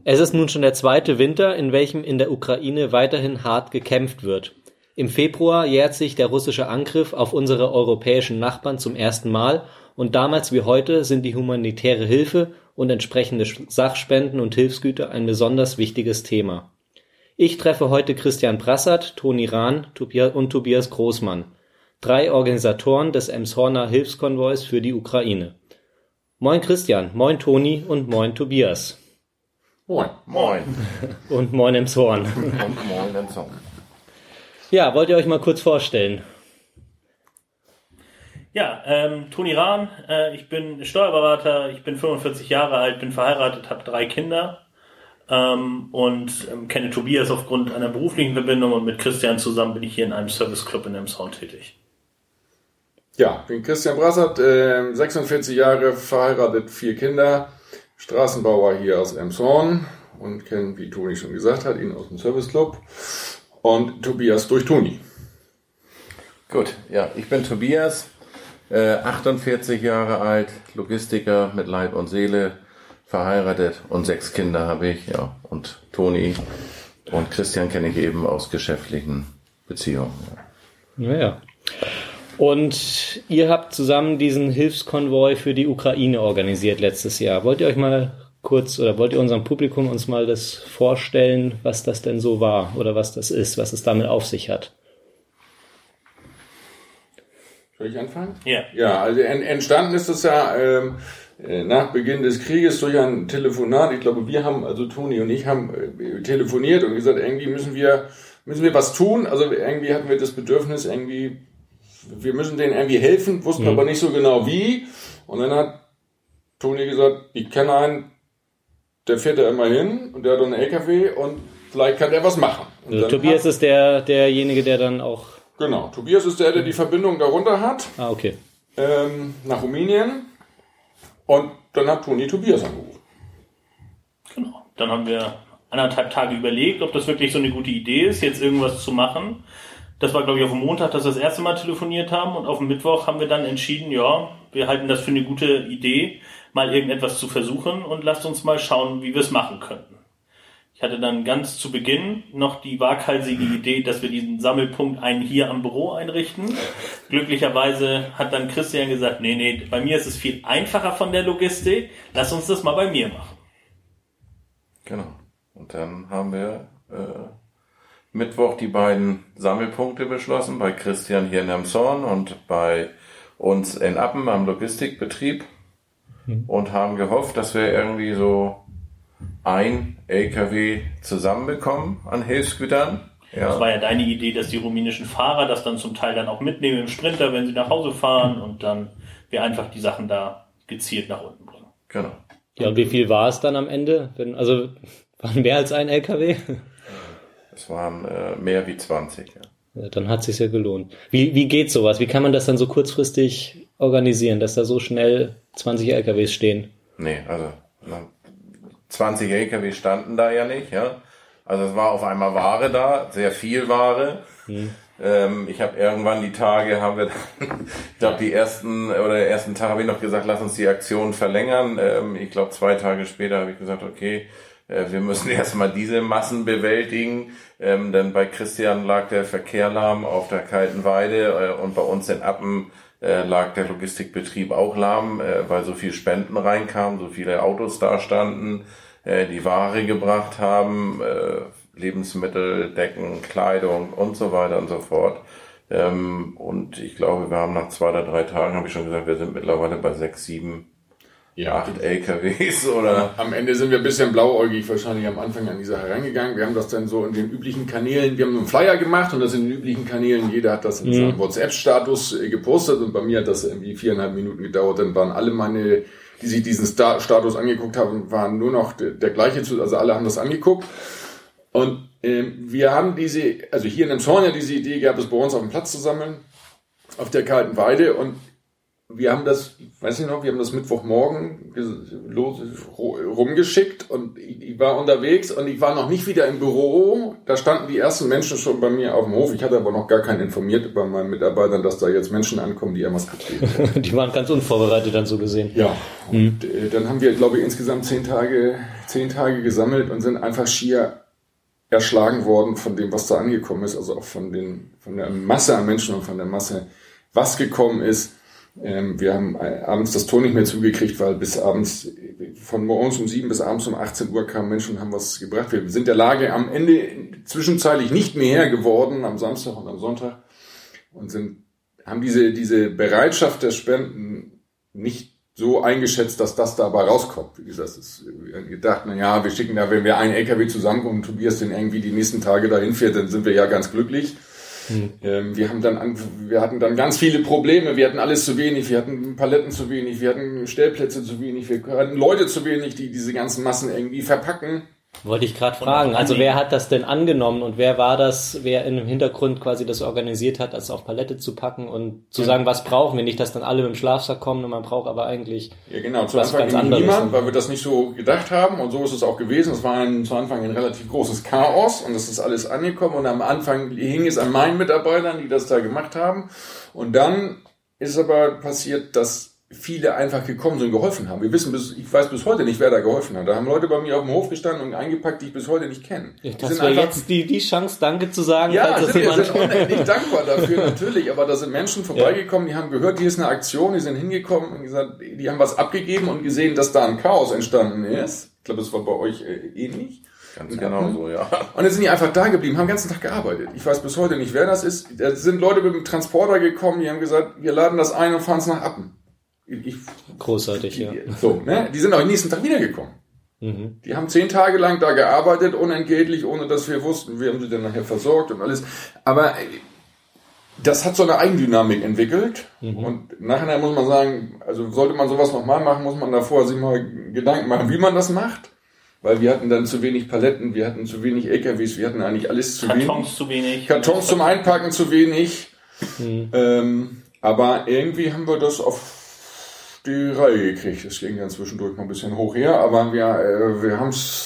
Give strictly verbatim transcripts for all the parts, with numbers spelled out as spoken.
Es ist nun schon der zweite Winter, in welchem in der Ukraine weiterhin hart gekämpft wird. Im Februar jährt sich der russische Angriff auf unsere europäischen Nachbarn zum ersten Mal und damals wie heute sind die humanitäre Hilfe und entsprechende Sachspenden und Hilfsgüter ein besonders wichtiges Thema. Ich treffe heute Christian Brassert, Toni Rahn und Tobias Großmann, drei Organisatoren des Emshorner Hilfskonvois für die Ukraine. Moin Christian, moin Toni und moin Tobias. Moin. Moin. Und moin Emshorn. Und moin Emshorn. Ja, wollt ihr euch mal kurz vorstellen? Ja, ähm, Toni Rahn, äh, ich bin Steuerberater, ich bin fünfundvierzig Jahre alt, bin verheiratet, habe drei Kinder ähm, und ähm, kenne Tobias aufgrund einer beruflichen Verbindung und mit Christian zusammen bin ich hier in einem Serviceclub in Emshorn tätig. Ja, bin Christian Brassert, äh, sechsundvierzig Jahre, verheiratet, vier Kinder, Straßenbauer hier aus Emshorn und kenne, wie Toni schon gesagt hat, ihn aus dem Serviceclub und Tobias durch Toni. Gut, ja, ich bin Tobias, äh, achtundvierzig Jahre alt, Logistiker mit Leib und Seele, verheiratet und sechs Kinder habe ich, ja, und Toni und Christian kenne ich eben aus geschäftlichen Beziehungen. Ja. Naja. Und ihr habt zusammen diesen Hilfskonvoi für die Ukraine organisiert letztes Jahr. Wollt ihr euch mal kurz oder wollt ihr unserem Publikum uns mal das vorstellen, was das denn so war oder was das ist, was es damit auf sich hat? Soll ich anfangen? Ja. Ja, also entstanden ist es ja ähm, nach Beginn des Krieges durch ein Telefonat. Ich glaube, wir haben, also Toni und ich haben äh, telefoniert und gesagt, irgendwie müssen wir müssen wir was tun. Also irgendwie hatten wir das Bedürfnis, irgendwie wir müssen denen irgendwie helfen, wussten mhm. aber nicht so genau wie. Und dann hat Toni gesagt, ich kenne einen, der fährt da immer hin und der hat einen L K W und vielleicht kann der was machen. Und also Tobias hat, ist der derjenige, der dann auch... Genau, Tobias ist der, der die Verbindung darunter hat. Ah, okay. Ähm, nach Rumänien. Und dann hat Toni Tobias angerufen. Genau, dann haben wir anderthalb Tage überlegt, ob das wirklich so eine gute Idee ist, jetzt irgendwas zu machen. Das war, glaube ich, auf dem Montag, dass wir das erste Mal telefoniert haben und auf dem Mittwoch haben wir dann entschieden, ja, wir halten das für eine gute Idee, mal irgendetwas zu versuchen und lasst uns mal schauen, wie wir es machen könnten. Ich hatte dann ganz zu Beginn noch die waghalsige Idee, dass wir diesen Sammelpunkt einen hier am Büro einrichten. Glücklicherweise hat dann Christian gesagt, nee, nee, bei mir ist es viel einfacher von der Logistik, lass uns das mal bei mir machen. Genau. Und dann haben wir... Äh Mittwoch die beiden Sammelpunkte beschlossen, bei Christian hier in Emshorn und bei uns in Appen am Logistikbetrieb mhm. und haben gehofft, dass wir irgendwie so ein L K W zusammenbekommen an Hilfsgütern. Ja. Das war ja deine Idee, dass die rumänischen Fahrer das dann zum Teil dann auch mitnehmen im Sprinter, wenn sie nach Hause fahren und dann wir einfach die Sachen da gezielt nach unten bringen. Genau. Ja, und wie viel war es dann am Ende? Wenn, also waren mehr als ein L K W? Es waren äh, mehr wie zwanzig. Ja. Ja, dann hat es sich ja gelohnt. Wie, wie geht sowas? Wie kann man das dann so kurzfristig organisieren, dass da so schnell zwanzig L K Ws stehen? Nee, also na, zwanzig L K W standen da ja nicht. Ja. Also es war auf einmal Ware da, sehr viel Ware. Hm. Ähm, ich habe irgendwann die Tage, haben wir, ich glaube die ersten oder ersten Tag habe ich noch gesagt, lass uns die Aktion verlängern. Ähm, ich glaube zwei Tage später habe ich gesagt, okay, wir müssen erstmal diese Massen bewältigen, ähm, denn bei Christian lag der Verkehr lahm auf der Kalten Weide äh, und bei uns in Appen äh, lag der Logistikbetrieb auch lahm, äh, weil so viel Spenden reinkamen, so viele Autos da standen, äh, die Ware gebracht haben, äh, Lebensmittel, Decken, Kleidung und so weiter und so fort. Ähm, und ich glaube, wir haben nach zwei oder drei Tagen, habe ich schon gesagt, wir sind mittlerweile bei sechs, sieben, ja, acht L K Ws oder... Am Ende sind wir ein bisschen blauäugig wahrscheinlich am Anfang an die Sache reingegangen. Wir haben das dann so in den üblichen Kanälen, wir haben einen Flyer gemacht und das in den üblichen Kanälen, jeder hat das in seinem mhm. WhatsApp-Status gepostet und bei mir hat das irgendwie viereinhalb Minuten gedauert. Dann waren alle meine, die sich diesen Sta- Status angeguckt haben, waren nur noch der, der gleiche, also alle haben das angeguckt. Und ähm, wir haben diese, also hier in Emshorn ja diese Idee gehabt, das bei uns auf dem Platz zu sammeln, auf der Kalten Weide und wir haben das, weiß ich noch, wir haben das Mittwochmorgen los, rumgeschickt und ich war unterwegs und ich war noch nicht wieder im Büro. Da standen die ersten Menschen schon bei mir auf dem Hof. Ich hatte aber noch gar keinen informiert bei meinen Mitarbeitern, dass da jetzt Menschen ankommen, die irgendwas abgeben. Die waren ganz unvorbereitet dann so gesehen. Ja, und mhm. dann haben wir, glaube ich, insgesamt zehn Tage, zehn Tage gesammelt und sind einfach schier erschlagen worden von dem, was da angekommen ist, also auch von den, von der Masse an Menschen und von der Masse, was gekommen ist. Ähm, wir haben abends das Tor nicht mehr zugekriegt, weil bis abends, von morgens um sieben bis abends um achtzehn Uhr kamen Menschen und haben was gebracht. Wir sind der Lage am Ende zwischenzeitlich nicht mehr Herr geworden, am Samstag und am Sonntag, und sind, haben diese, diese Bereitschaft der Spenden nicht so eingeschätzt, dass das dabei rauskommt. Wie gesagt, es ist gedacht, na ja, wir schicken da, wenn wir einen L K W zusammenkommen und Tobias den irgendwie die nächsten Tage dahin fährt, dann sind wir ja ganz glücklich. Hm. Ähm, wir haben dann, wir hatten dann ganz viele Probleme. Wir hatten alles zu wenig. Wir hatten Paletten zu wenig. Wir hatten Stellplätze zu wenig. Wir hatten Leute zu wenig, die diese ganzen Massen irgendwie verpacken. Wollte ich gerade fragen. Also wer hat das denn angenommen und wer war das, wer im Hintergrund quasi das organisiert hat, das auf Palette zu packen und zu sagen, was brauchen wir? Nicht, dass dann alle mit dem Schlafsack kommen und man braucht aber eigentlich ja, genau, zu was Anfang ganz anderes. Niemand, weil wir das nicht so gedacht haben, und so ist es auch gewesen. Es war ein, zu Anfang ein relativ großes Chaos und das ist alles angekommen, und am Anfang hing es an meinen Mitarbeitern, die das da gemacht haben, und dann ist aber passiert, dass viele einfach gekommen sind und geholfen haben. Wir wissen bis, ich weiß bis heute nicht, wer da geholfen hat. Da haben Leute bei mir auf dem Hof gestanden und eingepackt, die ich bis heute nicht kenne. Ja, das wäre jetzt die, die Chance, Danke zu sagen. Ja, falls sind, das wir sind unendlich dankbar dafür, natürlich. Aber da sind Menschen vorbeigekommen, die haben gehört, hier ist eine Aktion, die sind hingekommen und gesagt, die haben was abgegeben und gesehen, dass da ein Chaos entstanden ist. Ich glaube, das war bei euch ähnlich. Ganz genau so, ja. Und dann sind die einfach da geblieben, haben den ganzen Tag gearbeitet. Ich weiß bis heute nicht, wer das ist. Da sind Leute mit dem Transporter gekommen, die haben gesagt, wir laden das ein und fahren es nach Appen. Ich, Großartig, die, ja. So, ne? Die sind auch am nächsten Tag wiedergekommen. Mhm. Die haben zehn Tage lang da gearbeitet, unentgeltlich, ohne dass wir wussten, wir haben sie dann nachher versorgt und alles. Aber das hat so eine Eigendynamik entwickelt. Mhm. Und nachher muss man sagen, also sollte man sowas nochmal machen, muss man davor sich mal Gedanken machen, wie man das macht. Weil wir hatten dann zu wenig Paletten, wir hatten zu wenig L K Ws, wir hatten eigentlich alles zu wenig. Kartons zu wenig. Kartons zum Einpacken zu wenig. Mhm. Ähm, aber irgendwie haben wir das auf die Reihe gekriegt. Es ging dann zwischendurch mal ein bisschen hoch her, aber wir, äh, wir haben es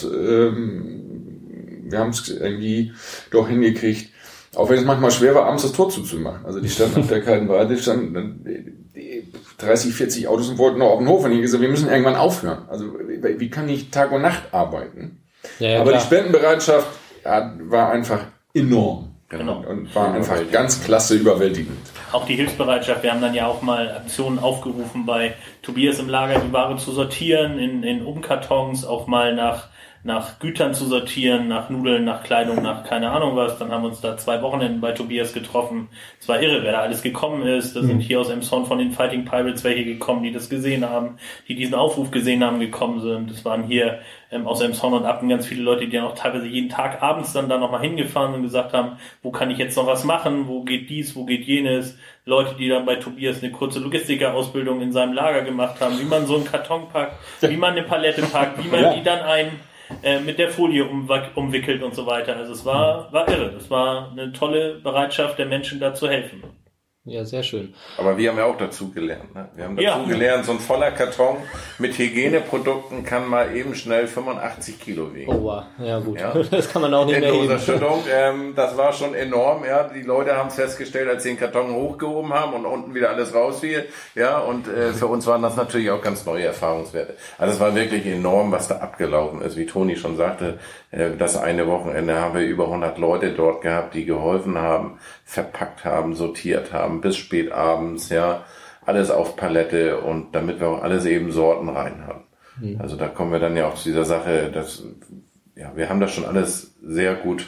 ähm, wir haben es irgendwie doch hingekriegt, auch wenn es manchmal schwer war, abends das Tor zuzumachen. Also die standen auf der kalten Weide, standen dreißig, vierzig Autos und wollten noch auf den Hof, und ich gesagt, wir müssen irgendwann aufhören. Also wie kann ich Tag und Nacht arbeiten? Ja, ja, aber klar. Die Spendenbereitschaft ja, war einfach enorm. Genau. Und war einfach ganz klasse, überwältigend. Auch die Hilfsbereitschaft. Wir haben dann ja auch mal Aktionen aufgerufen, bei Tobias im Lager die Ware zu sortieren, in, in Umkartons, auch mal nach, nach Gütern zu sortieren, nach Nudeln, nach Kleidung, nach keine Ahnung was. Dann haben wir uns da zwei Wochenenden bei Tobias getroffen. Es war irre, wer da alles gekommen ist. Da mhm. sind hier aus Emshorn von den Fighting Pirates welche gekommen, die das gesehen haben, die diesen Aufruf gesehen haben, gekommen sind. Es waren hier ähm, aus Emshorn und Appen ganz viele Leute, die dann auch teilweise jeden Tag abends dann da nochmal hingefahren und gesagt haben, wo kann ich jetzt noch was machen, wo geht dies, wo geht jenes. Leute, die dann bei Tobias eine kurze Logistikerausbildung in seinem Lager gemacht haben, wie man so einen Karton packt, wie man eine Palette packt, wie man ja. die dann ein äh, mit der Folie um, umwickelt und so weiter. Also es war, war irre. Es war eine tolle Bereitschaft der Menschen, da zu helfen. Ja, sehr schön. Aber wir haben ja auch dazu gelernt. Ne? Wir haben dazu ja. gelernt, so ein voller Karton mit Hygieneprodukten kann mal eben schnell fünfundachtzig Kilo wiegen. Oh, wow. Ja gut, ja. Das kann man auch nicht mehr heben. Ähm, das war schon enorm. Ja, die Leute haben es festgestellt, als sie den Karton hochgehoben haben und unten wieder alles rausfiel. Ja, und äh, für uns waren das natürlich auch ganz neue Erfahrungswerte. Also es war wirklich enorm, was da abgelaufen ist. Wie Toni schon sagte, äh, das eine Wochenende haben wir über hundert Leute dort gehabt, die geholfen haben, verpackt haben, sortiert haben, bis spät abends, ja, alles auf Palette, und damit wir auch alles eben Sorten rein haben. Mhm. Also da kommen wir dann ja auch zu dieser Sache, dass, ja, wir haben das schon alles sehr gut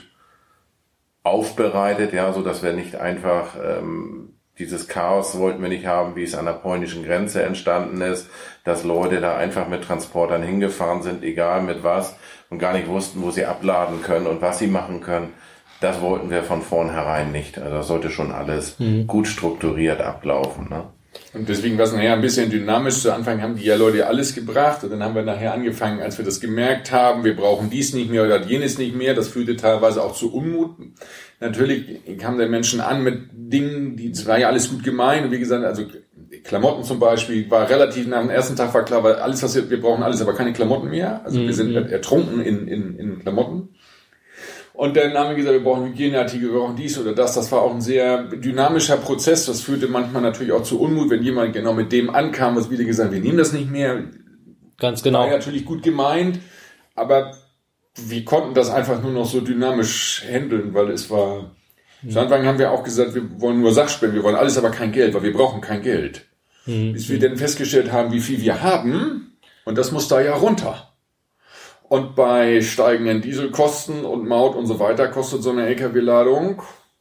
aufbereitet, ja, so dass wir nicht einfach, ähm, dieses Chaos wollten wir nicht haben, wie es an der polnischen Grenze entstanden ist, dass Leute da einfach mit Transportern hingefahren sind, egal mit was, und gar nicht wussten, wo sie abladen können und was sie machen können. Das wollten wir von vornherein nicht. Also das sollte schon alles mhm. gut strukturiert ablaufen. Ne? Und deswegen war es nachher ein bisschen dynamisch. Zu Anfang haben die ja Leute alles gebracht, und dann haben wir nachher angefangen, als wir das gemerkt haben, wir brauchen dies nicht mehr oder jenes nicht mehr. Das führte teilweise auch zu Unmut. Natürlich kamen der Menschen an mit Dingen, die, das war ja alles gut gemeint. Und wie gesagt, also Klamotten zum Beispiel, war relativ nach dem ersten Tag war klar, weil alles, was wir, wir brauchen alles, aber keine Klamotten mehr. Also mhm. wir sind ertrunken in, in, in Klamotten. Und dann haben wir gesagt, wir brauchen Hygieneartikel, wir brauchen dies oder das. Das war auch ein sehr dynamischer Prozess. Das führte manchmal natürlich auch zu Unmut, wenn jemand genau mit dem ankam, was wieder gesagt, wir nehmen das nicht mehr. Ganz genau. War natürlich gut gemeint, aber wir konnten das einfach nur noch so dynamisch handeln, weil es war, mhm. zu Anfang haben wir auch gesagt, wir wollen nur Sachspenden, wir wollen alles, aber kein Geld, weil wir brauchen kein Geld. Mhm. Bis wir dann festgestellt haben, wie viel wir haben, und das muss da ja runter. Und bei steigenden Dieselkosten und Maut und so weiter kostet so eine L K W-Ladung,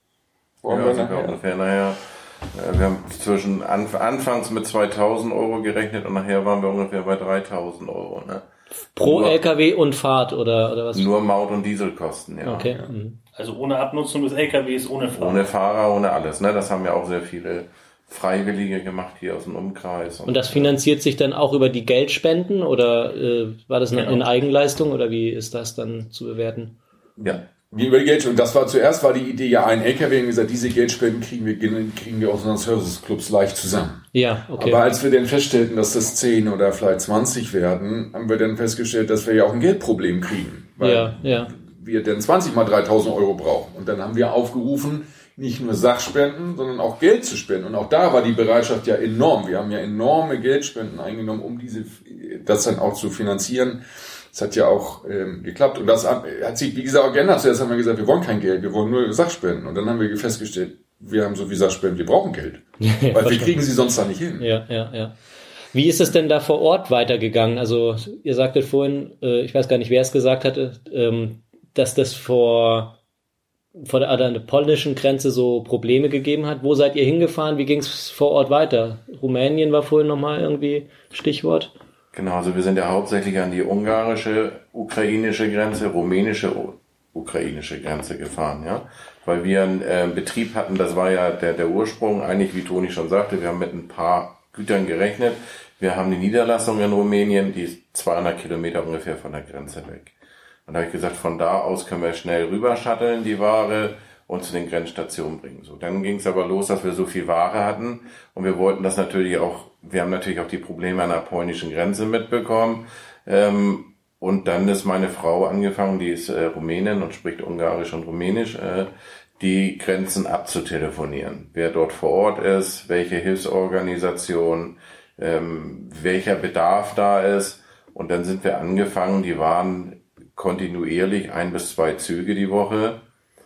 ja, wir sind wir ungefähr, naja, wir haben zwischen anfangs mit zweitausend Euro gerechnet und nachher waren wir ungefähr bei dreitausend Euro, ne? Pro nur, L K W und Fahrt oder, oder was? Nur Maut- und Dieselkosten, ja. Okay. Ja. Mhm. Also ohne Abnutzung des L K Ws, ohne Fahrer. Ohne Fahrer, ohne alles, ne? Das haben ja auch sehr viele Freiwillige gemacht hier aus dem Umkreis. Und, und das finanziert sich dann auch über die Geldspenden oder äh, war das genau. in Eigenleistung oder wie ist das dann zu bewerten? Ja. Wie über die Geldspenden. Das war zuerst war die Idee ja ein L K W und gesagt, diese Geldspenden kriegen wir, kriegen wir aus unseren Serviceclubs leicht zusammen. Ja, okay. Aber als wir dann feststellten, dass das zehn oder vielleicht zwanzig werden, haben wir dann festgestellt, dass wir ja auch ein Geldproblem kriegen. Weil ja, ja. wir dann zwanzig mal dreitausend Euro brauchen. Und dann haben wir aufgerufen, nicht nur Sachspenden, sondern auch Geld zu spenden. Und auch da war die Bereitschaft ja enorm. Wir haben ja enorme Geldspenden eingenommen, um diese, das dann auch zu finanzieren. Das hat ja auch ähm, geklappt. Und das hat sich, wie gesagt, auch geändert. Zuerst haben wir gesagt, wir wollen kein Geld, wir wollen nur Sachspenden. Und dann haben wir festgestellt, wir haben so wie Sachspenden, wir brauchen Geld. Ja, weil wir kriegen sie sonst da nicht hin. Ja, ja, ja. Wie ist es denn da vor Ort weitergegangen? Also ihr sagtet vorhin, äh, ich weiß gar nicht, wer es gesagt hatte, ähm, dass das vor, vor der, an der polnischen Grenze so Probleme gegeben hat. Wo seid ihr hingefahren? Wie ging es vor Ort weiter? Rumänien war vorhin nochmal irgendwie Stichwort. Genau, also wir sind ja hauptsächlich an die ungarische, ukrainische Grenze, rumänische, ukrainische Grenze gefahren, ja, weil wir einen äh, Betrieb hatten, das war ja der, der Ursprung, eigentlich wie Toni schon sagte, wir haben mit ein paar Gütern gerechnet, wir haben die Niederlassung in Rumänien, die ist zweihundert Kilometer ungefähr von der Grenze weg. Und da habe ich gesagt, von da aus können wir schnell rüber shutteln, die Ware, und zu den Grenzstationen bringen. So, dann ging es aber los, dass wir so viel Ware hatten und wir wollten das natürlich auch, wir haben natürlich auch die Probleme an der polnischen Grenze mitbekommen ähm, und dann ist meine Frau angefangen, die ist äh, Rumänin und spricht Ungarisch und Rumänisch, äh, die Grenzen abzutelefonieren. Wer dort vor Ort ist, welche Hilfsorganisation, ähm, welcher Bedarf da ist und dann sind wir angefangen, die waren kontinuierlich ein bis zwei Züge die Woche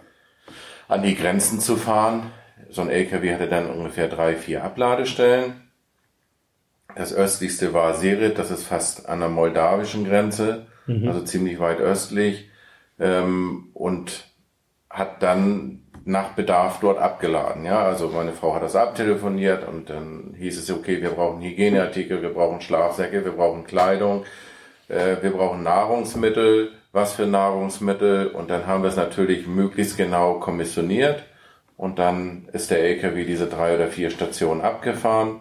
an die Grenzen zu fahren. So ein L K W hatte dann ungefähr drei, vier Abladestellen. Das östlichste war Serit, das ist fast an der moldawischen Grenze, mhm. also ziemlich weit östlich, ähm, und hat dann nach Bedarf dort abgeladen. Ja, also meine Frau hat das abtelefoniert und dann hieß es, okay, wir brauchen Hygieneartikel, wir brauchen Schlafsäcke, wir brauchen Kleidung, äh, wir brauchen Nahrungsmittel. Was für Nahrungsmittel, und dann haben wir es natürlich möglichst genau kommissioniert und dann ist der L K W diese drei oder vier Stationen abgefahren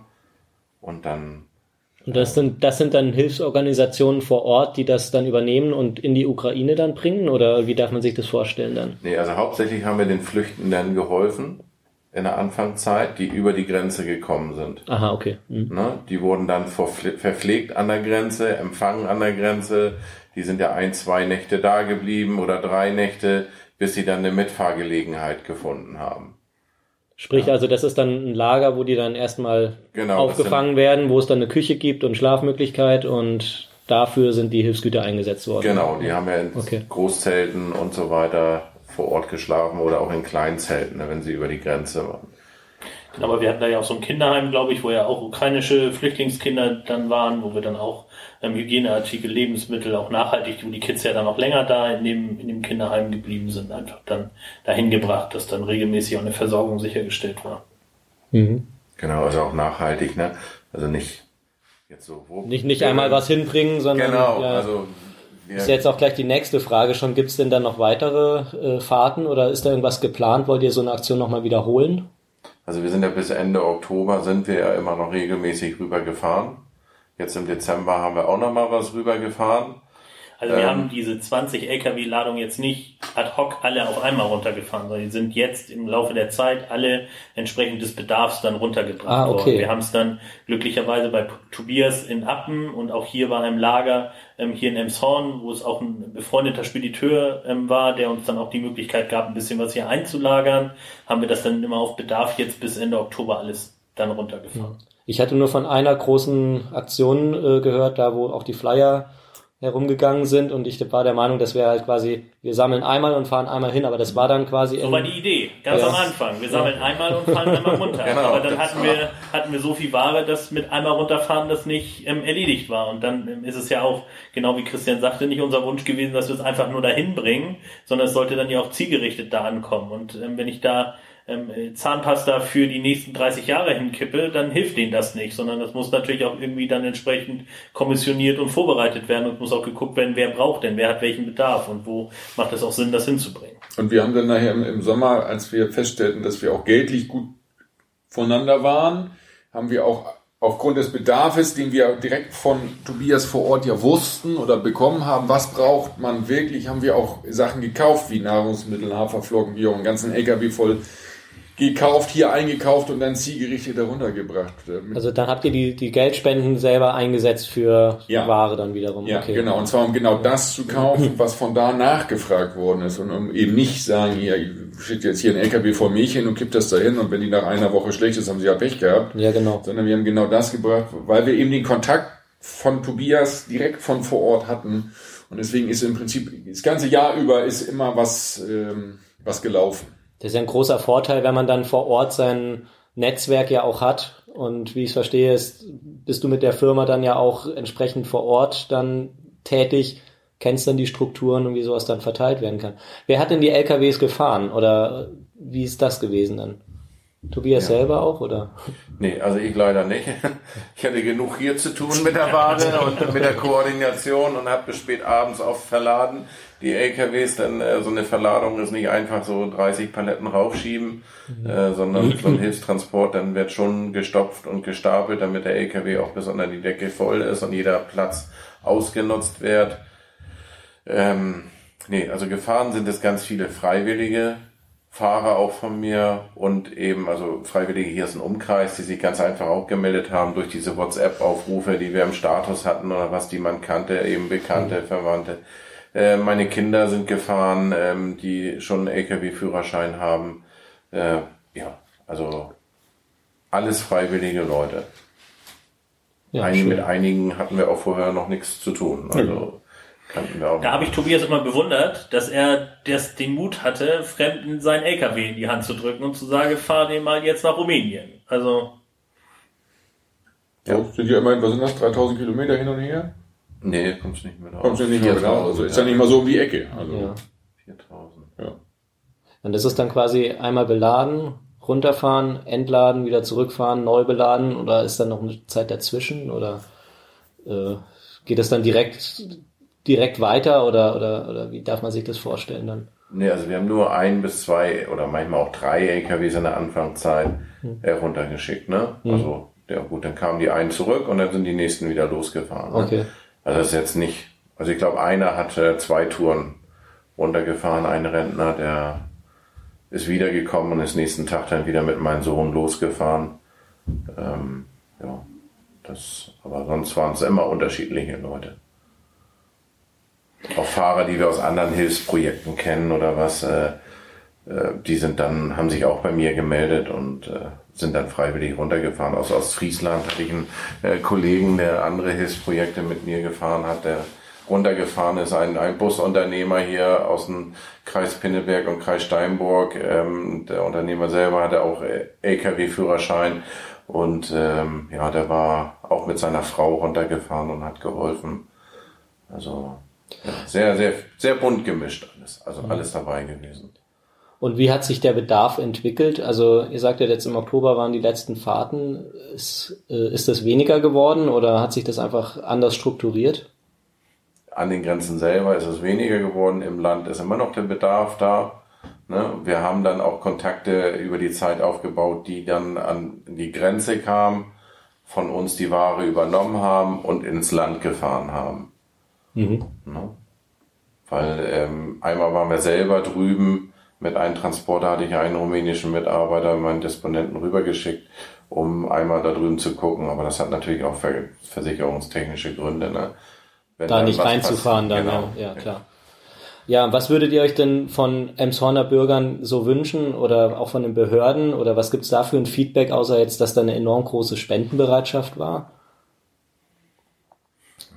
und dann... Und das sind, das sind dann Hilfsorganisationen vor Ort, die das dann übernehmen und in die Ukraine dann bringen, oder wie darf man sich das vorstellen dann? Nee, also hauptsächlich haben wir den Flüchtenden geholfen in der Anfangszeit, die über die Grenze gekommen sind. Aha, okay. Mhm. Ne? Die wurden dann verpflegt an der Grenze, empfangen an der Grenze. Die sind ja ein, zwei Nächte da geblieben oder drei Nächte, bis sie dann eine Mitfahrgelegenheit gefunden haben. Sprich, ja. Also das ist dann ein Lager, wo die dann erstmal genau, aufgefangen sind, werden, wo es dann eine Küche gibt und Schlafmöglichkeit und dafür sind die Hilfsgüter eingesetzt worden. Genau, die haben ja in okay. Großzelten und so weiter vor Ort geschlafen oder auch in Kleinzelten, wenn sie über die Grenze waren. Aber wir hatten da ja auch so ein Kinderheim, glaube ich, wo ja auch ukrainische Flüchtlingskinder dann waren, wo wir dann auch ähm, Hygieneartikel, Lebensmittel, auch nachhaltig, wo die Kids ja dann auch länger da in dem, in dem Kinderheim geblieben sind, einfach dann dahin gebracht, dass dann regelmäßig auch eine Versorgung sichergestellt war. Mhm. Genau, also auch nachhaltig, ne? Also nicht jetzt so... Wo nicht nicht einmal was hinbringen, sondern... Genau, ja, also... Ist jetzt auch gleich die nächste Frage schon. Gibt es denn dann noch weitere äh, Fahrten oder ist da irgendwas geplant? Wollt ihr so eine Aktion nochmal wiederholen? Also wir sind ja bis Ende Oktober sind wir ja immer noch regelmäßig rübergefahren. Jetzt im Dezember haben wir auch noch mal was rübergefahren. Also wir ähm, haben diese zwanzig L K W-Ladungen jetzt nicht ad hoc alle auf einmal runtergefahren, sondern die sind jetzt im Laufe der Zeit alle entsprechend des Bedarfs dann runtergebracht ah, okay. worden. Wir haben es dann glücklicherweise bei Tobias in Appen und auch hier bei einem Lager ähm, hier in Emshorn, wo es auch ein befreundeter Spediteur ähm, war, der uns dann auch die Möglichkeit gab, ein bisschen was hier einzulagern, haben wir das dann immer auf Bedarf jetzt bis Ende Oktober alles dann runtergefahren. Ich hatte nur von einer großen Aktion äh, gehört, da wo auch die Flyer herumgegangen sind und ich war der Meinung, dass wir halt quasi, wir sammeln einmal und fahren einmal hin, aber das war dann quasi... So war die Idee, ganz ja. am Anfang. Wir sammeln ja. einmal und fahren einmal runter. Genau, aber dann hatten wir, hatten wir so viel Ware, dass mit einmal runterfahren das nicht ähm, erledigt war. Und dann ähm, ist es ja auch, genau wie Christian sagte, nicht unser Wunsch gewesen, dass wir es einfach nur dahin bringen, sondern es sollte dann ja auch zielgerichtet da ankommen. Und ähm, wenn ich da ähm, Zahnpasta für die nächsten dreißig Jahre hinkippe, dann hilft denen das nicht, sondern das muss natürlich auch irgendwie dann entsprechend kommissioniert und vorbereitet werden und muss auch geguckt werden, wer braucht denn, wer hat welchen Bedarf und wo macht es auch Sinn, das hinzubringen. Und wir haben dann nachher im, im Sommer, als wir feststellten, dass wir auch geldlich gut voneinander waren, haben wir auch aufgrund des Bedarfes, den wir direkt von Tobias vor Ort ja wussten oder bekommen haben, was braucht man wirklich, haben wir auch Sachen gekauft, wie Nahrungsmittel, Haferflocken, wie auch einen ganzen L K W voll gekauft, hier eingekauft und dann zielgerichtet darunter gebracht. Also dann habt ihr die, die Geldspenden selber eingesetzt für ja. Ware dann wiederum. Ja, okay. genau. Und zwar um genau das zu kaufen, was von da nachgefragt worden ist. Und um eben nicht sagen, hier, ich schicke jetzt hier einen L K W voll Milch hin und kipp das dahin und wenn die nach einer Woche schlecht ist, haben sie ja Pech gehabt. Ja, genau. Sondern wir haben genau das gebracht, weil wir eben den Kontakt von Tobias direkt von vor Ort hatten. Und deswegen ist im Prinzip das ganze Jahr über ist immer was, ähm, was gelaufen. Das ist ja ein großer Vorteil, wenn man dann vor Ort sein Netzwerk ja auch hat. Und wie ich es verstehe, ist, bist du mit der Firma dann ja auch entsprechend vor Ort dann tätig, kennst dann die Strukturen und wie sowas dann verteilt werden kann. Wer hat denn die L K Ws gefahren oder wie ist das gewesen dann? Tobias ja. selber auch, oder? Nee, also ich leider nicht. Ich hatte genug hier zu tun mit der Ware und mit der Koordination und habe bis spät abends oft verladen. Die L K Ws, dann äh, so eine Verladung ist nicht einfach so dreißig Paletten raufschieben, mhm. äh, sondern so ein Hilfstransport, dann wird schon gestopft und gestapelt, damit der L K W auch bis unter die Decke voll ist und jeder Platz ausgenutzt wird. Ähm, nee, also gefahren sind es ganz viele Freiwillige, Fahrer auch von mir und eben, also Freiwillige hier ist ein Umkreis, die sich ganz einfach auch gemeldet haben durch diese WhatsApp-Aufrufe, die wir im Status hatten oder was, die man kannte, eben Bekannte, mhm. Verwandte. Äh, meine Kinder sind gefahren, ähm, die schon einen L K W-Führerschein haben. Äh, ja, also alles freiwillige Leute. Ja, Einige, mit einigen hatten wir auch vorher noch nichts zu tun. Also kannten wir auch. Da habe ich Tobias immer bewundert, dass er das, den Mut hatte, Fremden seinen L K W in die Hand zu drücken und zu sagen, fahr den mal jetzt nach Rumänien. Also ja, so, sind ja immerhin, was sind das, dreitausend Kilometer hin und her? Nee, kommst nicht mehr raus. Kommst du nicht mehr raus. Also ist ja nicht mal so um die Ecke. Also ja. viertausend. Ja. Und das ist dann quasi einmal beladen, runterfahren, entladen, wieder zurückfahren, neu beladen oder ist dann noch eine Zeit dazwischen oder äh, geht das dann direkt direkt weiter oder oder oder wie darf man sich das vorstellen dann? Nee, also wir haben nur ein bis zwei oder manchmal auch drei L K Ws in der Anfangszeit hm. runtergeschickt, ne? Hm. Also ja gut, dann kamen die einen zurück und dann sind die nächsten wieder losgefahren. Ne? Okay. Also das ist jetzt nicht, also ich glaube, einer hat äh, zwei Touren runtergefahren, ein Rentner, der ist wiedergekommen und ist nächsten Tag dann wieder mit meinem Sohn losgefahren. Ähm, ja, das, aber sonst waren es immer unterschiedliche Leute. Auch Fahrer, die wir aus anderen Hilfsprojekten kennen oder was, äh, äh, die sind dann, haben sich auch bei mir gemeldet und äh, sind dann freiwillig runtergefahren. Aus Ostfriesland hatte ich einen äh, Kollegen, der andere Hilfsprojekte mit mir gefahren hat, der runtergefahren ist, ein, ein Busunternehmer hier aus dem Kreis Pinneberg und Kreis Steinburg. Ähm, der Unternehmer selber hatte auch L K W-Führerschein und ähm, ja, der war auch mit seiner Frau runtergefahren und hat geholfen. Also ja, sehr, sehr, sehr bunt gemischt alles, also alles dabei gewesen. Und wie hat sich der Bedarf entwickelt? Also ihr sagt ja, jetzt im Oktober waren die letzten Fahrten. Ist, äh, ist das weniger geworden oder hat sich das einfach anders strukturiert? An den Grenzen selber ist es weniger geworden. Im Land ist immer noch der Bedarf da. Ne? Wir haben dann auch Kontakte über die Zeit aufgebaut, die dann an die Grenze kamen, von uns die Ware übernommen haben und ins Land gefahren haben. Mhm. Ne? Weil ähm, einmal waren wir selber drüben. Mit einem Transporter hatte ich einen rumänischen Mitarbeiter, meinen Disponenten rübergeschickt, um einmal da drüben zu gucken. Aber das hat natürlich auch versicherungstechnische Gründe. Ne? Wenn da nicht reinzufahren, dann, genau. ja, ja, klar. Ja, was würdet ihr euch denn von Elmshorner Bürgern so wünschen oder auch von den Behörden? Oder was gibt's da für ein Feedback, außer jetzt, dass da eine enorm große Spendenbereitschaft war?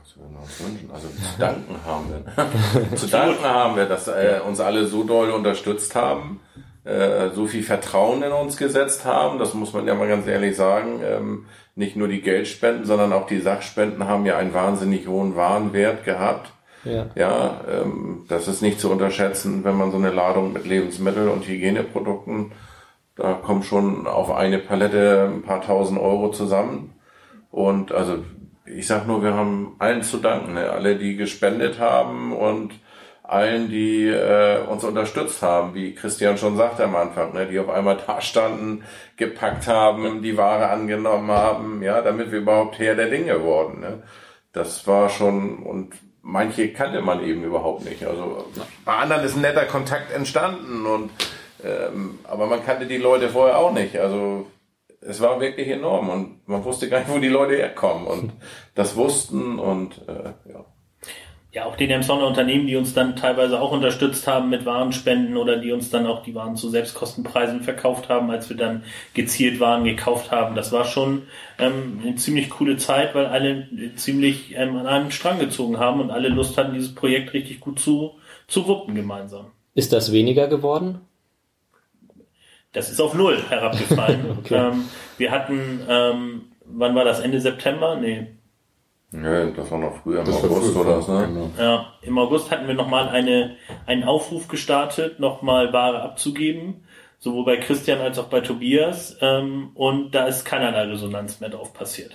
uns wünschen? Also zu danken haben wir. zu danken haben wir, dass äh, uns alle so doll unterstützt haben, äh, so viel Vertrauen in uns gesetzt haben. Das muss man ja mal ganz ehrlich sagen. Ähm, nicht nur die Geldspenden, sondern auch die Sachspenden haben ja einen wahnsinnig hohen Warenwert gehabt. Ja, ja ähm, das ist nicht zu unterschätzen, wenn man so eine Ladung mit Lebensmitteln und Hygieneprodukten, da kommt schon auf eine Palette ein paar tausend Euro zusammen. Und also ich sag nur, wir haben allen zu danken, ne? Alle, die gespendet haben und allen, die äh, uns unterstützt haben, wie Christian schon sagte am Anfang, ne? Die auf einmal da standen, gepackt haben, die Ware angenommen haben, ja, damit wir überhaupt Herr der Dinge wurden. Ne? Das war schon, und manche kannte man eben überhaupt nicht. Also bei anderen ist ein netter Kontakt entstanden, und ähm, aber man kannte die Leute vorher auch nicht. Also es war wirklich enorm und man wusste gar nicht, wo die Leute herkommen, und das wussten, und äh, ja. Ja, auch die Emsonner Unternehmen, die uns dann teilweise auch unterstützt haben mit Warenspenden oder die uns dann auch die Waren zu Selbstkostenpreisen verkauft haben, als wir dann gezielt Waren gekauft haben. Das war schon ähm, eine ziemlich coole Zeit, weil alle ziemlich ähm, an einem Strang gezogen haben und alle Lust hatten, dieses Projekt richtig gut zu, zu wuppen gemeinsam. Ist das weniger geworden? Das ist auf Null herabgefallen. Okay. ähm, wir hatten, ähm, wann war das, Ende September? Nee. Ja, das war noch früher im Das August war früher, oder was, ne? Genau. Ja, im August hatten wir nochmal eine, einen Aufruf gestartet, nochmal Ware abzugeben, sowohl bei Christian als auch bei Tobias, ähm, und da ist keinerlei Resonanz mehr drauf passiert.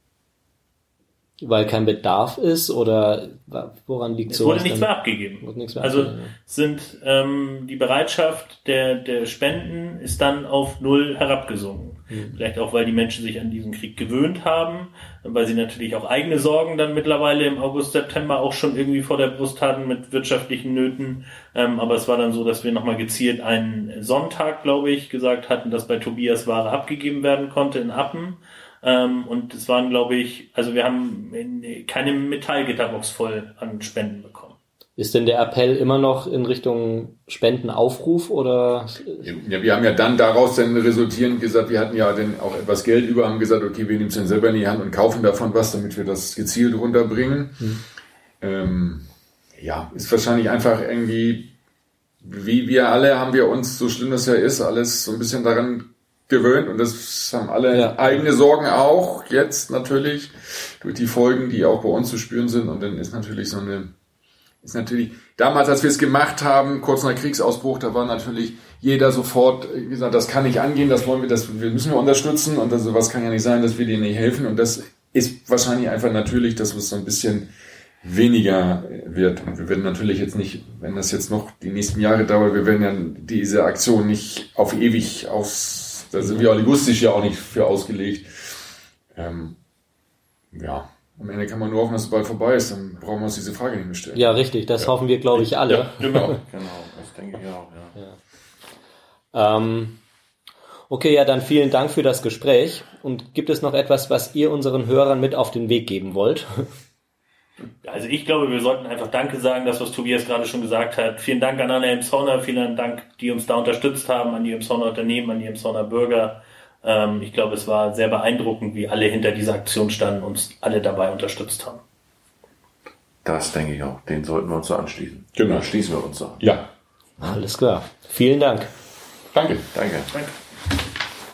Weil kein Bedarf ist, oder woran liegt es sowas? Es wurde nichts dann? mehr abgegeben. Wurde nichts mehr also abgegeben, ja. sind ähm, die Bereitschaft der, der Spenden ist dann auf Null herabgesunken. Mhm. Vielleicht auch, weil die Menschen sich an diesen Krieg gewöhnt haben, weil sie natürlich auch eigene Sorgen dann mittlerweile im August, September auch schon irgendwie vor der Brust hatten mit wirtschaftlichen Nöten. Ähm, aber es war dann so, dass wir nochmal gezielt einen Sonntag, glaube ich, gesagt hatten, dass bei Tobias Ware abgegeben werden konnte in Appen. Ähm, und es waren, glaube ich, also wir haben keine Metallgitterbox voll an Spenden bekommen. Ist denn der Appell immer noch in Richtung Spendenaufruf, oder? Ja, wir haben ja dann daraus dann resultierend gesagt, wir hatten ja dann auch etwas Geld über, haben gesagt, okay, wir nehmen es dann selber in die Hand und kaufen davon was, damit wir das gezielt runterbringen. Hm. Ähm, ja, ist wahrscheinlich einfach irgendwie, wie wir alle, haben wir uns, so schlimm das ja ist, alles so ein bisschen daran gewöhnt, und das haben alle ja. eigene Sorgen auch jetzt natürlich durch die Folgen, die auch bei uns zu spüren sind, und dann ist natürlich so eine, ist natürlich, damals, als wir es gemacht haben, kurz nach Kriegsausbruch, da war natürlich jeder sofort gesagt, das kann nicht angehen, das wollen wir, das wir müssen wir unterstützen, und das, sowas kann ja nicht sein, dass wir denen nicht helfen, und das ist wahrscheinlich einfach natürlich, dass es so ein bisschen weniger wird. Und wir werden natürlich jetzt nicht, wenn das jetzt noch die nächsten Jahre dauert, wir werden ja diese Aktion nicht auf ewig aus, da sind wir linguistisch ja auch nicht für ausgelegt. Ähm, ja, am Ende kann man nur hoffen, dass es bald vorbei ist, dann brauchen wir uns diese Frage nicht mehr stellen. Ja, richtig, das ja. hoffen wir, glaube ich, alle. Ja, genau. Genau, das denke ich auch, ja. ja. Ähm, okay, ja, dann vielen Dank für das Gespräch. Und gibt es noch etwas, was ihr unseren Hörern mit auf den Weg geben wollt? Also ich glaube, wir sollten einfach Danke sagen, das, was Tobias gerade schon gesagt hat. Vielen Dank an alle Emsonner, vielen Dank, die uns da unterstützt haben, an die Emsonner Unternehmen, an die Emsonner Bürger. Ähm, ich glaube, es war sehr beeindruckend, wie alle hinter dieser Aktion standen und uns alle dabei unterstützt haben. Das denke ich auch. Den sollten wir uns so anschließen. Genau. Da schließen wir uns so an. Ja. Alles klar. Vielen Dank. Danke. Danke. Danke.